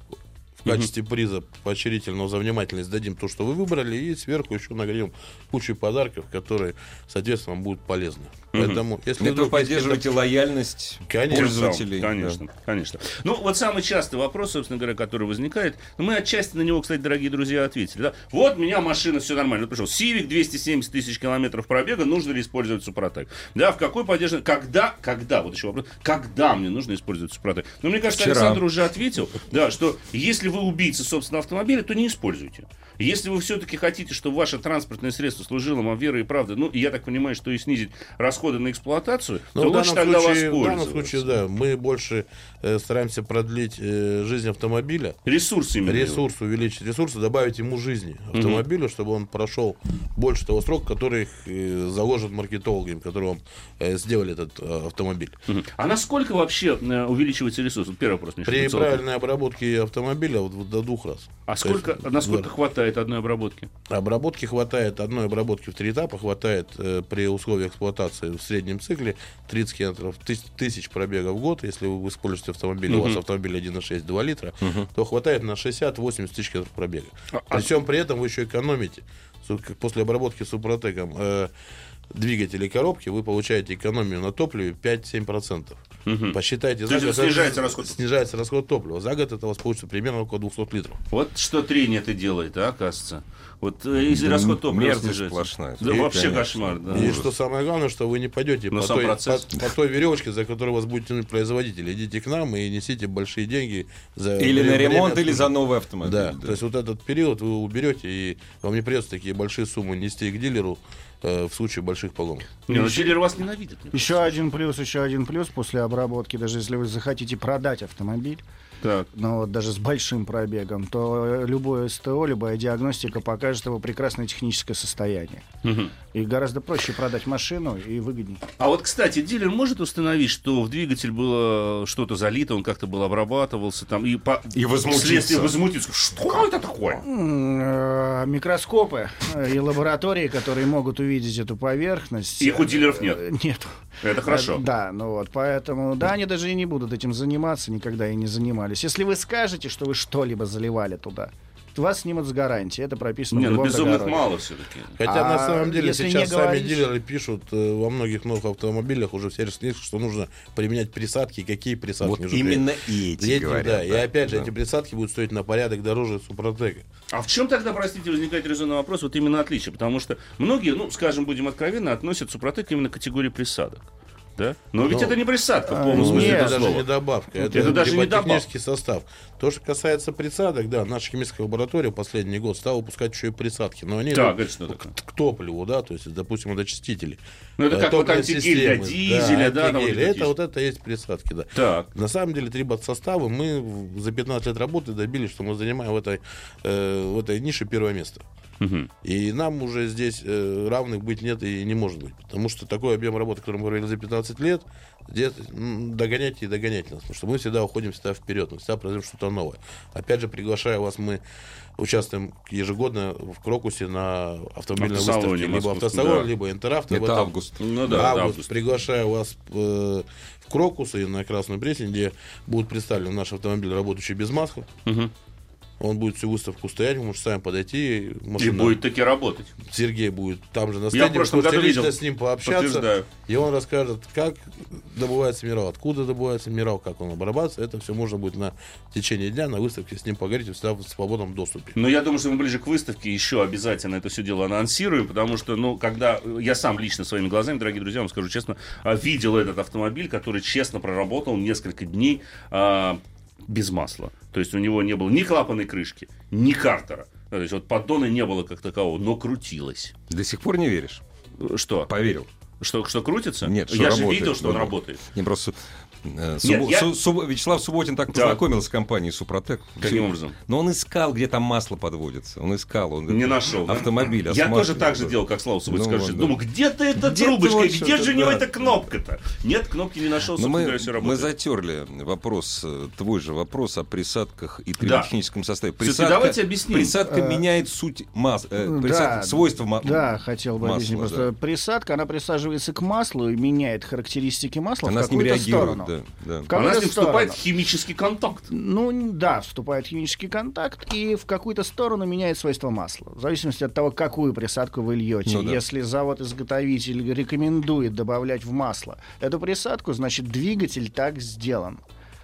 в качестве приза поощрительного за внимательность дадим то, что вы выбрали, и сверху еще наградим кучу подарков, которые, соответственно, вам будут полезны. Поэтому, если Это вдруг есть поддерживаете лояльность Конечно. пользователей. Конечно, конечно. Ну, вот самый частый вопрос, собственно говоря, который возникает, ну, мы отчасти на него, кстати, дорогие друзья, ответили. Да? Вот у меня машина, все нормально. Вот пришел Civic, двести семьдесят тысяч километров пробега, нужно ли использовать Супротек? Да, в какой поддержке, когда, когда, вот еще вопрос, когда мне нужно использовать Супротек? Ну, мне кажется, Вчера. Александр уже ответил, да, что если вы убийца собственного автомобиля, то не используйте. Если вы все-таки хотите, чтобы ваше транспортное средство служило вам верой и правдой, ну, и я так понимаю, что и снизить расходы на эксплуатацию, Но то в лучше данном, тогда случае, в воспользоваться. данном случае, да, мы больше э, стараемся продлить э, жизнь автомобиля, Ресурсы именно. ресурс увеличить, ресурсы добавить ему жизни автомобилю, чтобы он прошел больше того срока, который э, заложен маркетологами, которые вам э, сделали этот э, автомобиль. Мгм. А насколько вообще э, увеличивается ресурс? Вот первый вопрос. Миша, При поцелуй. правильной обработке автомобиля вот, вот до двух раз. А То сколько, есть, насколько да. хватает одной обработки? Обработки хватает, одной обработки в три этапа хватает э, при условии эксплуатации в среднем цикле тридцать километров, тысяч, тысяч пробегов в год. Если вы используете автомобиль, у вас Мгм. автомобиль один и шесть два литра, то хватает на шестьдесят-восемьдесят тысяч километров пробега. А- При всем при этом вы еще экономите. Су- как После обработки Супротеком э, двигателя и коробки вы получаете экономию на топливе пять-семь процентов. Мгм. Посчитайте, То есть год, снижается это- расход? снижается расход топлива. За год это у вас получится примерно около двухсот литров. Вот что трение это делает, а, оказывается. Вот э, если расход топлива мерзость снижается. сплошная. Да, И, вообще конечно. кошмар, да. И Ужас. что самое главное, что вы не пойдете На по сам той, процесс. по, по той веревочке, за которой вас будет тянуть производитель. Идите к нам и несите большие деньги за Или на время- ремонт, время или за обслуживания. новый автомобиль. Да, то есть вот этот период вы уберете, и вам не придется такие большие суммы нести к дилеру э, в случае больших поломок. Не, ну дилер вас ненавидит. мне Еще один плюс, еще один плюс после обработки, даже если вы захотите продать автомобиль, Так. ну, вот даже с большим пробегом, то любое СТО, любая диагностика покажет его прекрасное техническое состояние. Мгм. И гораздо проще продать машину и выгоднее. А вот, кстати, дилер может установить, что в двигатель было что-то залито, он как-то был обрабатывался, там, и, по... И возмутиться. вследствие возмутиться. Что это такое? М, э, Микроскопы э, и лаборатории, которые могут увидеть эту поверхность. Их у дилеров нет. э, Нету. Это хорошо. Э, Да, ну вот, поэтому, да, они даже и не будут этим заниматься, никогда и не занимались. Если вы скажете, что вы что-либо заливали туда, вас снимут с гарантии. Это прописано Не, в ну любом безумных договоре. мало все-таки. Хотя А на самом деле если сейчас не сами говорить- дилеры пишут э, во многих новых автомобилях уже в сервисных книжках, что нужно применять присадки. Какие присадки? Вот уже именно при- эти Эти, говорят. да. И опять же, да. эти присадки будут стоить на порядок дороже Супротека. А в чем тогда, простите, возникает резонный вопрос, вот именно отличие? Потому что многие, ну, скажем, будем откровенны, относят Супротек именно к категории присадок. Да? Но ведь Ну, это не присадка в а, полном Ну, смысле нет, этого это даже слова. не добавка, это, Это даже не технический состав. То, что касается присадок, да, наша химическая лаборатория последний год стала выпускать еще и присадки. Но они Так, идут это что такое? к, к топливу, да, то есть, допустим, водочистители. Ну, это Э, как вот топливные антигель для системы, дизеля, да, там вот антигель. эти Это есть. вот это есть присадки, да. Так. На самом деле, три бат-состава мы в- за пятнадцать лет работы добились, что мы занимаем в этой, э, в этой нише первое место. Мгм. И нам уже здесь э, равных быть нет и не может быть. Потому что такой объем работы, который мы провели за пятнадцать лет, где-то м, догонять и догонять нас. Потому что мы всегда уходим всегда вперед, мы всегда производим что-то новое. Опять же, приглашая вас, мы участвуем ежегодно в Крокусе на автомобильной Автосалоне выставке. Либо московском, автосалон, да. либо Интеравто. Это В этом- август. Ну да, август. август. Приглашаю вас э, в Крокус и на Красную Пресень, где будут представлены наши автомобили, работающие без масла. Мгм. Он будет всю выставку стоять, вы можете сами подойти. И машина- будет таки работать. Сергей будет там же на Я в стенде, вы прошлом можете году лично видел. с ним пообщаться. Подтверждаю. И он расскажет, как добывается минерал, откуда добывается минерал, как он обрабатывается. Это все можно будет на течение дня на выставке с ним поговорить, и всегда в свободном доступе. Но я думаю, что мы ближе к выставке еще обязательно это все дело анонсируем, потому что, ну, когда я сам лично своими глазами, дорогие друзья, вам скажу честно, а, видел этот автомобиль, который честно проработал несколько дней а, без масла. То есть у него не было ни клапанной крышки, ни картера. То есть вот поддона не было как такового, но крутилось. До сих пор не веришь? Что? Поверил. Что, что крутится? Нет, что я же работает. видел, что он Да. работает. Не просто... э, Нет, Суб- я- Су- Суб- Вячеслав Субботин так Да. познакомился с компанией Супротек. Каким Всё- образом? Но он искал, где там масло подводится. Он искал. Он Не нашел. да? автомобиль. Я осматривал, тоже так же да. делал, как Слава Субботин. Ну, Скажешь, вот, да. думаю, где-то эта Где-то трубочка, вот где что-то, же у него да. эта кнопка-то? Нет, кнопки не нашел, Но собственно мы, говоря, все мы работает. затерли вопрос, э, твой же вопрос о присадках и Да. триботехническом составе. Всё-таки давайте объясним. Присадка Э, меняет суть масла, э, Да, присадка- свойства ма- Да, хотел бы масла, объяснить. да. Просто присадка, она присаживается к маслу и меняет характеристики масла Она в с ним какую-то реагирует. сторону. Да, да. В какую-то Она с ним вступает в сторону. химический контакт. Ну, да, вступает в химический контакт и в какую-то сторону меняет свойства масла. В зависимости от того, какую присадку вы льете. Ну да. Если завод-изготовитель рекомендует добавлять в масло эту присадку, значит, двигатель так сделан,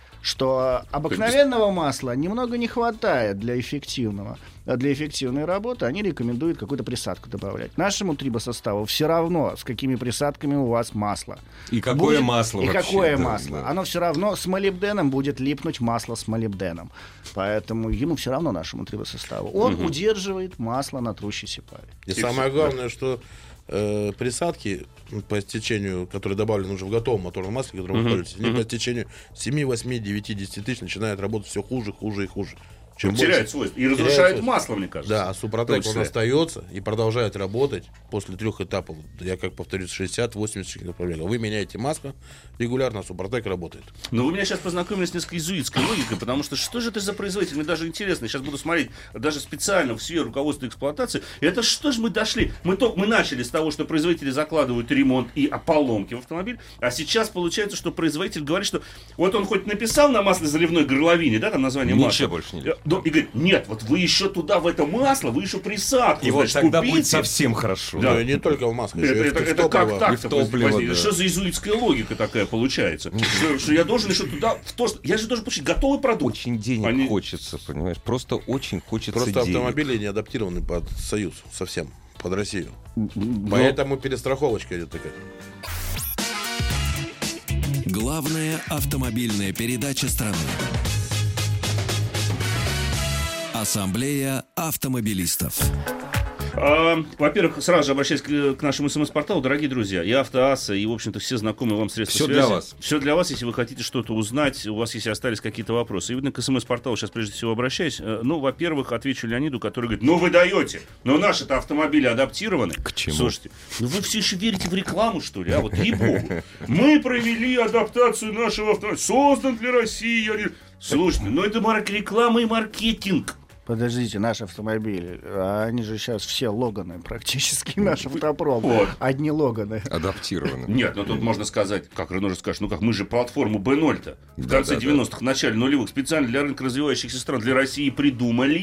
что обыкновенного масла немного не хватает для эффективного. А для эффективной работы они рекомендуют какую-то присадку добавлять. Нашему трибосоставу все равно, с какими присадками у вас масло. И какое Будет- масло И вообще, какое да, масло. да. Оно все равно с молибденом будет липнуть масло с молибденом. Поэтому ему все равно, нашему трибосоставу. Он удерживает масло на трущейся паре. И, И самое всё, главное, что э, присадки ну, по истечению, которые добавлены уже в готовом моторном масле, которым вы пользуетесь, они по истечению семь, восемь, девять, десять тысяч начинают работать все хуже, хуже и хуже. Чем теряет больше- свойства. И теряет разрушает свойства. масло, мне кажется. Да, а В том Супротек числе. он остается и продолжает работать после трех этапов. Я, как повторюсь, шестьдесят-восемьдесят направлений. Вы меняете масло регулярно, а Супротек работает. Но вы меня сейчас познакомили с несколько изуитской логикой, потому что что же это за производитель? Мне даже интересно. Сейчас буду смотреть даже специально в сферу руководства эксплуатации. Это что же мы дошли? Мы, только, мы начали с того, что производители закладывают ремонт и поломки в автомобиль, а сейчас получается, что производитель говорит, что вот он хоть написал на маслозаливной горловине, да, там название Ничего масла. больше не Э, да, И говорит, нет, вот вы еще туда в это масло, вы еще присадку, И вот значит, тогда купите. будет совсем хорошо. Да. Ну, и не только в масле, Это, еще и это- в это топливо. как так-то и в топливо, возникнет? да. Что за изуитская логика такая получается? Что, что я должен еще туда, в то, что... Я же должен получить готовый продукт. Очень денег Они- хочется, понимаешь? Просто очень хочется Просто денег. автомобили не адаптированы под Союз совсем, под Россию. Но- Поэтому перестраховочка идет такая. Главная автомобильная передача страны. Ассамблея автомобилистов. А, во-первых, сразу же обращаясь к, к нашему СМС-порталу, дорогие друзья, и Автоасса, и, в общем-то, все знакомые вам средства Всё связи. для вас. Все для вас, если вы хотите что-то узнать, у вас, если остались какие-то вопросы. И, видно, к СМС-порталу сейчас прежде всего обращаюсь. Э, Ну, во-первых, отвечу Леониду, который говорит, ну вы даете, но наши-то автомобили адаптированы. К чему? Слушайте, ну вы все еще верите в рекламу, что ли, а? Вот ей-богу. Мы провели адаптацию нашего автомобиля, создан для России. Я говорю, слушайте, ну это марк- реклама и маркетинг. Подождите, наш автомобиль, а они же сейчас все Логаны практически, наш автопром. Вот. Одни Логаны. Адаптированы. Нет, ну тут можно сказать, как Рено же скажет, ну как, мы же платформу бэ ноль-то в Да, конце да, девяностых, в начале нулевых специально для рынка развивающихся стран, для России придумали.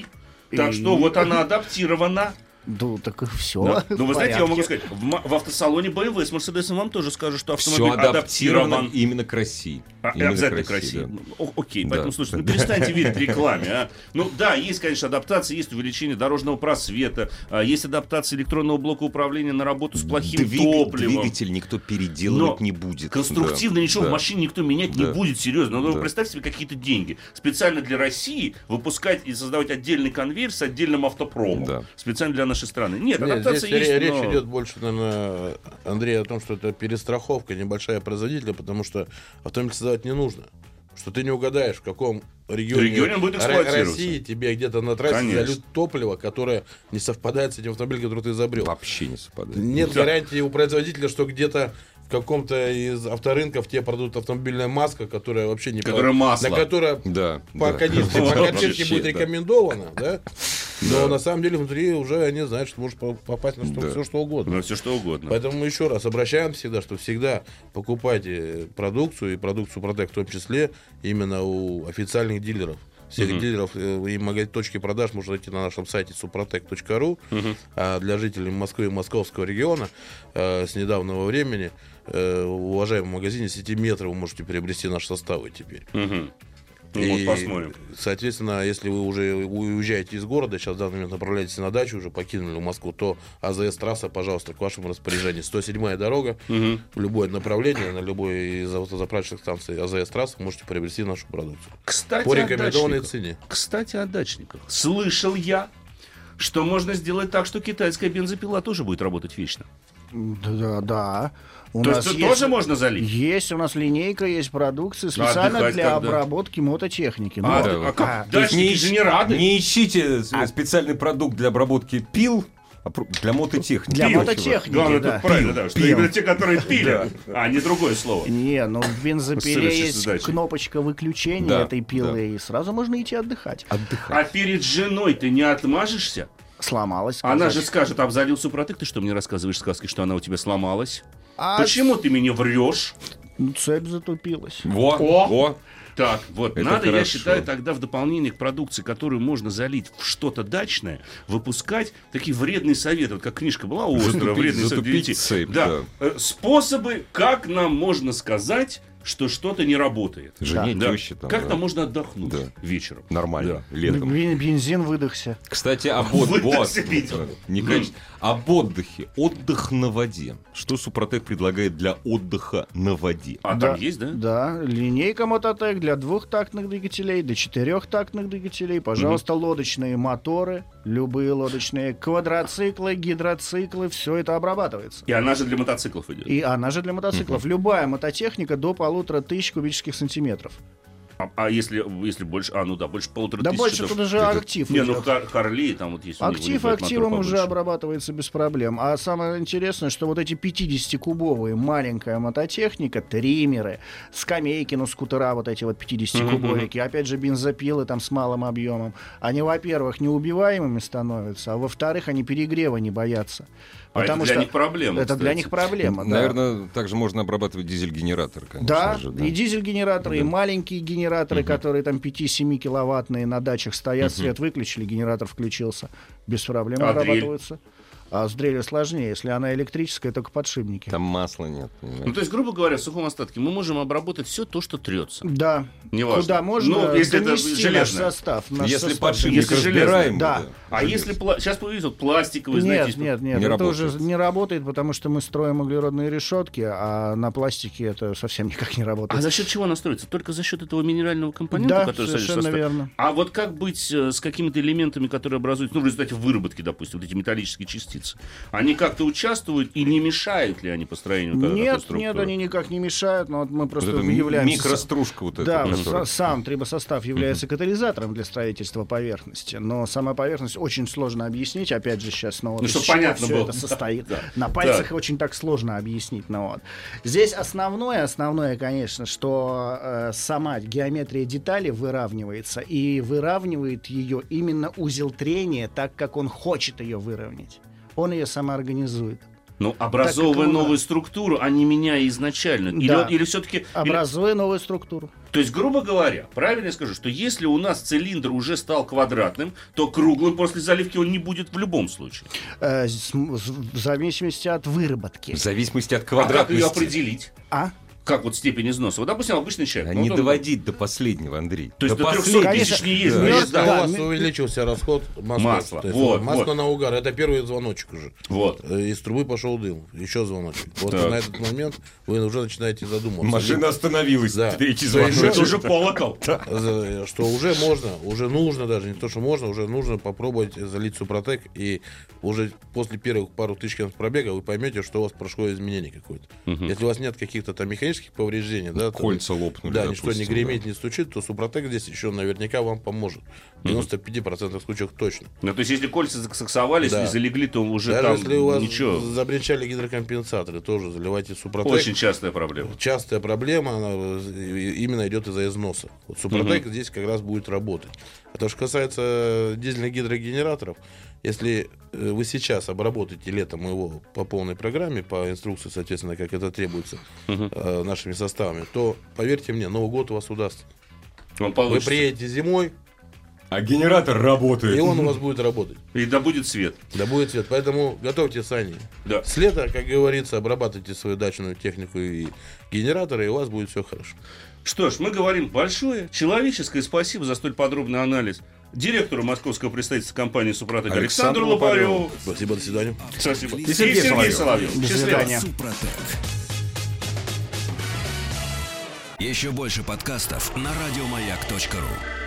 Так И- что вот она адаптирована. Ну, так и все. Да. Ну, вы знаете, я могу сказать, в, ма- в автосалоне бэ эм вэ с Мерседесом вам тоже скажут, что Все автомобиль адаптировано адаптирован. именно к России. А, Именно обязательно к к России. да. Ну, о- окей, Да. поэтому, слушайте, ну перестаньте верить рекламе. А? Ну да, есть, конечно, адаптация, есть увеличение дорожного просвета, а, есть адаптация электронного блока управления на работу с плохим Двиг- топливом. Двигатель никто переделывать Но не будет. Конструктивно Да, ничего да. в машине никто менять не Да. будет, серьезно. Но Да. вы представьте себе какие-то деньги. Специально для России выпускать и создавать отдельный конвейер с отдельным автопромом. Да. Специально для нашей страны. Нет, Нет, адаптация здесь есть, ре- речь но- идет больше, наверное, Андрей, о том, что это перестраховка небольшая производителя, потому что автомобиль создавать не нужно. Что ты не угадаешь, в каком регионе, регионе он будет Ро- эксплуатироваться. России тебе где-то на трассе Конечно. зальют топливо, которое не совпадает с этим автомобилем, который ты изобрел. Вообще не совпадает. Нет Да. гарантии у производителя, что где-то в каком-то из авторынков тебе продадут автомобильная маска, которая вообще не... Которая масло. На которая Да. по да. канистре, по Вообще, картинке будет да. рекомендована, да? Но на самом деле внутри уже они знают, что может по- попасть на что, Да. все что угодно. Ну, все что угодно. Поэтому мы еще раз обращаем всегда, что всегда покупайте продукцию, и продукцию Протек в том числе, именно у официальных дилеров. Всех Мгм. дилеров э, и магазин точки продаж можно найти на нашем сайте супротек точка ру. А для жителей Москвы и Московского региона э, с недавнего времени э, в уважаемом магазине сети Метро вы можете приобрести наши составы теперь. Мгм. Ну, И, вот посмотрим. соответственно, если вы уже уезжаете из города, сейчас в данный момент направляетесь на дачу, уже покинули Москву, то АЗС-трасса, пожалуйста, к вашему распоряжению. сто седьмая дорога, Мгм. в любое направление, на любой из автозаправочных станций АЗС-трассы можете приобрести нашу продукцию. Кстати, По о рекомендованной дачниках. цене. Кстати, о дачниках. Слышал я, что можно сделать так, что китайская бензопила тоже будет работать вечно. Да, да. У То нас есть есть, тоже можно залить? есть у нас линейка, есть продукция специально отдыхать для когда? обработки мототехники. А, Но- да, а как? а, То есть Дачники не, же ищ- не рады. не ищите с- специальный продукт для обработки пил, а про- для мототехники. Для Пил. мототехники, Главное, да. тут правильно, да, что Пил. именно те, которые пили, а не другое слово. Не, ну в бензопиле Совершенно есть задача. кнопочка выключения Да, этой пилы, и сразу можно идти отдыхать. Отдыхать. А перед женой ты не отмажешься? Сломалась. Она сказать. же скажет, обзалил Супротек, ты что мне рассказываешь сказки, что она у тебя сломалась? А Почему ты мне врешь? ну, цепь затупилась. Во, О! во. Так, вот, Это надо, я хорошо. считаю, тогда в дополнение к продукции, которую можно залить в что-то дачное, выпускать такие вредные советы, вот как книжка была у Остера, Затупить- вредные советы для затупить детей. цепь, Да. да. Э, Способы, как нам можно сказать, что что-то не работает. Жене, Да. теще там. Как да. там можно отдохнуть Да. вечером? Нормально, летом. Бен- Бензин выдохся. Кстати, об, от- Вы вот, так видел. не каче- об отдыхе. Отдых на воде. Что Супротек предлагает для отдыха на воде? А там есть, да? Да, линейка Мототек для двухтактных двигателей, для четырехтактных двигателей. Пожалуйста, лодочные моторы, любые лодочные, квадроциклы, гидроциклы, все это обрабатывается. И она же для мотоциклов идет. И она же для мотоциклов. Любая мототехника до полутора тысяч кубических сантиметров. А, а если, если больше... А, ну да, больше полутора Да тысяч. больше это- туда же это- актив Не, ну идет. Хар- Харли, там вот есть... у них- у них Актив бывает мотор активом уже побольше. обрабатывается без проблем. А самое интересное, что вот эти пятидесятикубовые маленькая мототехника, триммеры, скамейки, ну, скутера, вот эти вот пятидесятикубовики, опять же, бензопилы там с малым объемом, они, во-первых, неубиваемыми становятся, а во-вторых, они перегрева не боятся. А это для них проблема, Это для кстати. них проблема, да. Наверное, также можно обрабатывать дизель-генератор, конечно Да, же. Да. и дизель-генераторы, и Да. маленькие генераторы, которые там пяти-семи киловаттные на дачах стоят, свет выключили, генератор включился, без проблем А дрель? обрабатываются. А с дрелью сложнее, если она электрическая, только подшипники. Там масла нет. Ну, понимаешь? то есть, грубо говоря, в сухом остатке мы можем обработать все то, что трется. Да. Неважно. Куда можно Ну, если это донести наш железное. состав. Наш Если состав. подшипник Если железный, разбираем, да. А если пла- сейчас появились вот пластиковые, знаете, Нет, есть- нет, нет, Не это работает. уже не работает, потому что мы строим углеродные решетки, а на пластике это совсем никак не А работает. за счет чего она строится? Только за счет этого минерального компонента, Да, который содержится в совершенно составе? верно. А вот как быть э, с какими-то элементами, которые образуются, ну, в результате выработки, допустим, вот эти металлические частицы? Они как-то участвуют и не мешают ли они построению такой Нет, структуры? нет, они никак не мешают, но вот мы Вот просто эта являемся... микростружка вот эта. Да, которая- с- сам трибосостав является катализатором для строительства поверхности, но сама поверхность очень сложно объяснить. Опять же, сейчас снова Ну, чтоб понятно было. это состоит. Да, да. На пальцах Так. очень так сложно объяснить. Но вот. Здесь основное, основное, конечно, что э, сама геометрия детали выравнивается, и выравнивает ее именно узел трения так, как он хочет ее выровнять. Он ее самоорганизует. Ну, образовывая Так, новую структуру, а не меняя изначально. Или, Да. или все-таки... Образуя новую структуру. То есть, грубо говоря, правильно я скажу, что если у нас цилиндр уже стал квадратным, то круглым после заливки он не будет в любом случае. Э, с- с- в зависимости от выработки. В зависимости от А как ее квадратности. определить? А? Как вот степень износа? Вот, допустим, обычный человек. А ну, не он- доводить до последнего, Андрей. То есть до трехсот последнего. тысяч не есть. Да. но Мёртв- есть, У да. да. вас ми- увеличился расход масла. Масла. То есть Вот, масло вот. на угар. Это первый звоночек уже. Вот. Э, Из трубы пошел дым. Еще звоночек. Вот Так. на этот момент вы уже начинаете задумываться. Машина остановилась. Да. Третий То есть звонок. Это уже колокол. За- Что уже можно, уже нужно даже, не то, что можно, уже нужно попробовать залить Супротек. И уже после первых пару тысяч километров пробега вы поймете, что у вас прошло изменение какое-то. Если у вас нет каких-то там механических повреждений, да, то- Кольца лопнули, да, ничто не допустим, гремит, да. не стучит, то Супротек здесь еще наверняка вам поможет. В девяноста пяти процентах случаев точно. Ну, то есть, если кольца засаксовались Да. и залегли, то уже Даже там если у вас ничего. забринчали гидрокомпенсаторы, тоже заливайте Супротек. Очень частая проблема. Частая проблема, она э, именно идет из-за износа. Вот Супротек здесь как раз будет работать. А то, что касается дизельных гидрогенераторов, если э, вы сейчас обработаете летом его по полной программе, по инструкции, соответственно, как это требуется э, нашими составами, то, поверьте мне, Новый год у вас удастся. Он Вы получится. приедете зимой, А генератор работает. и он у вас будет работать. И да будет свет. Да будет свет. Поэтому готовьте сани. Да. С лета, как говорится, обрабатывайте свою дачную технику и генераторы, и у вас будет все хорошо. Что ж, мы говорим большое человеческое спасибо за столь подробный анализ директору московского представительства компании «Супротек» Александру Александру Лопареву. Спасибо, до свидания. Спасибо. И Сергей Сергей Соловьев. Соловьев. До Счастливо. свидания. Супротек. Еще больше подкастов на радиомаяк точка ру.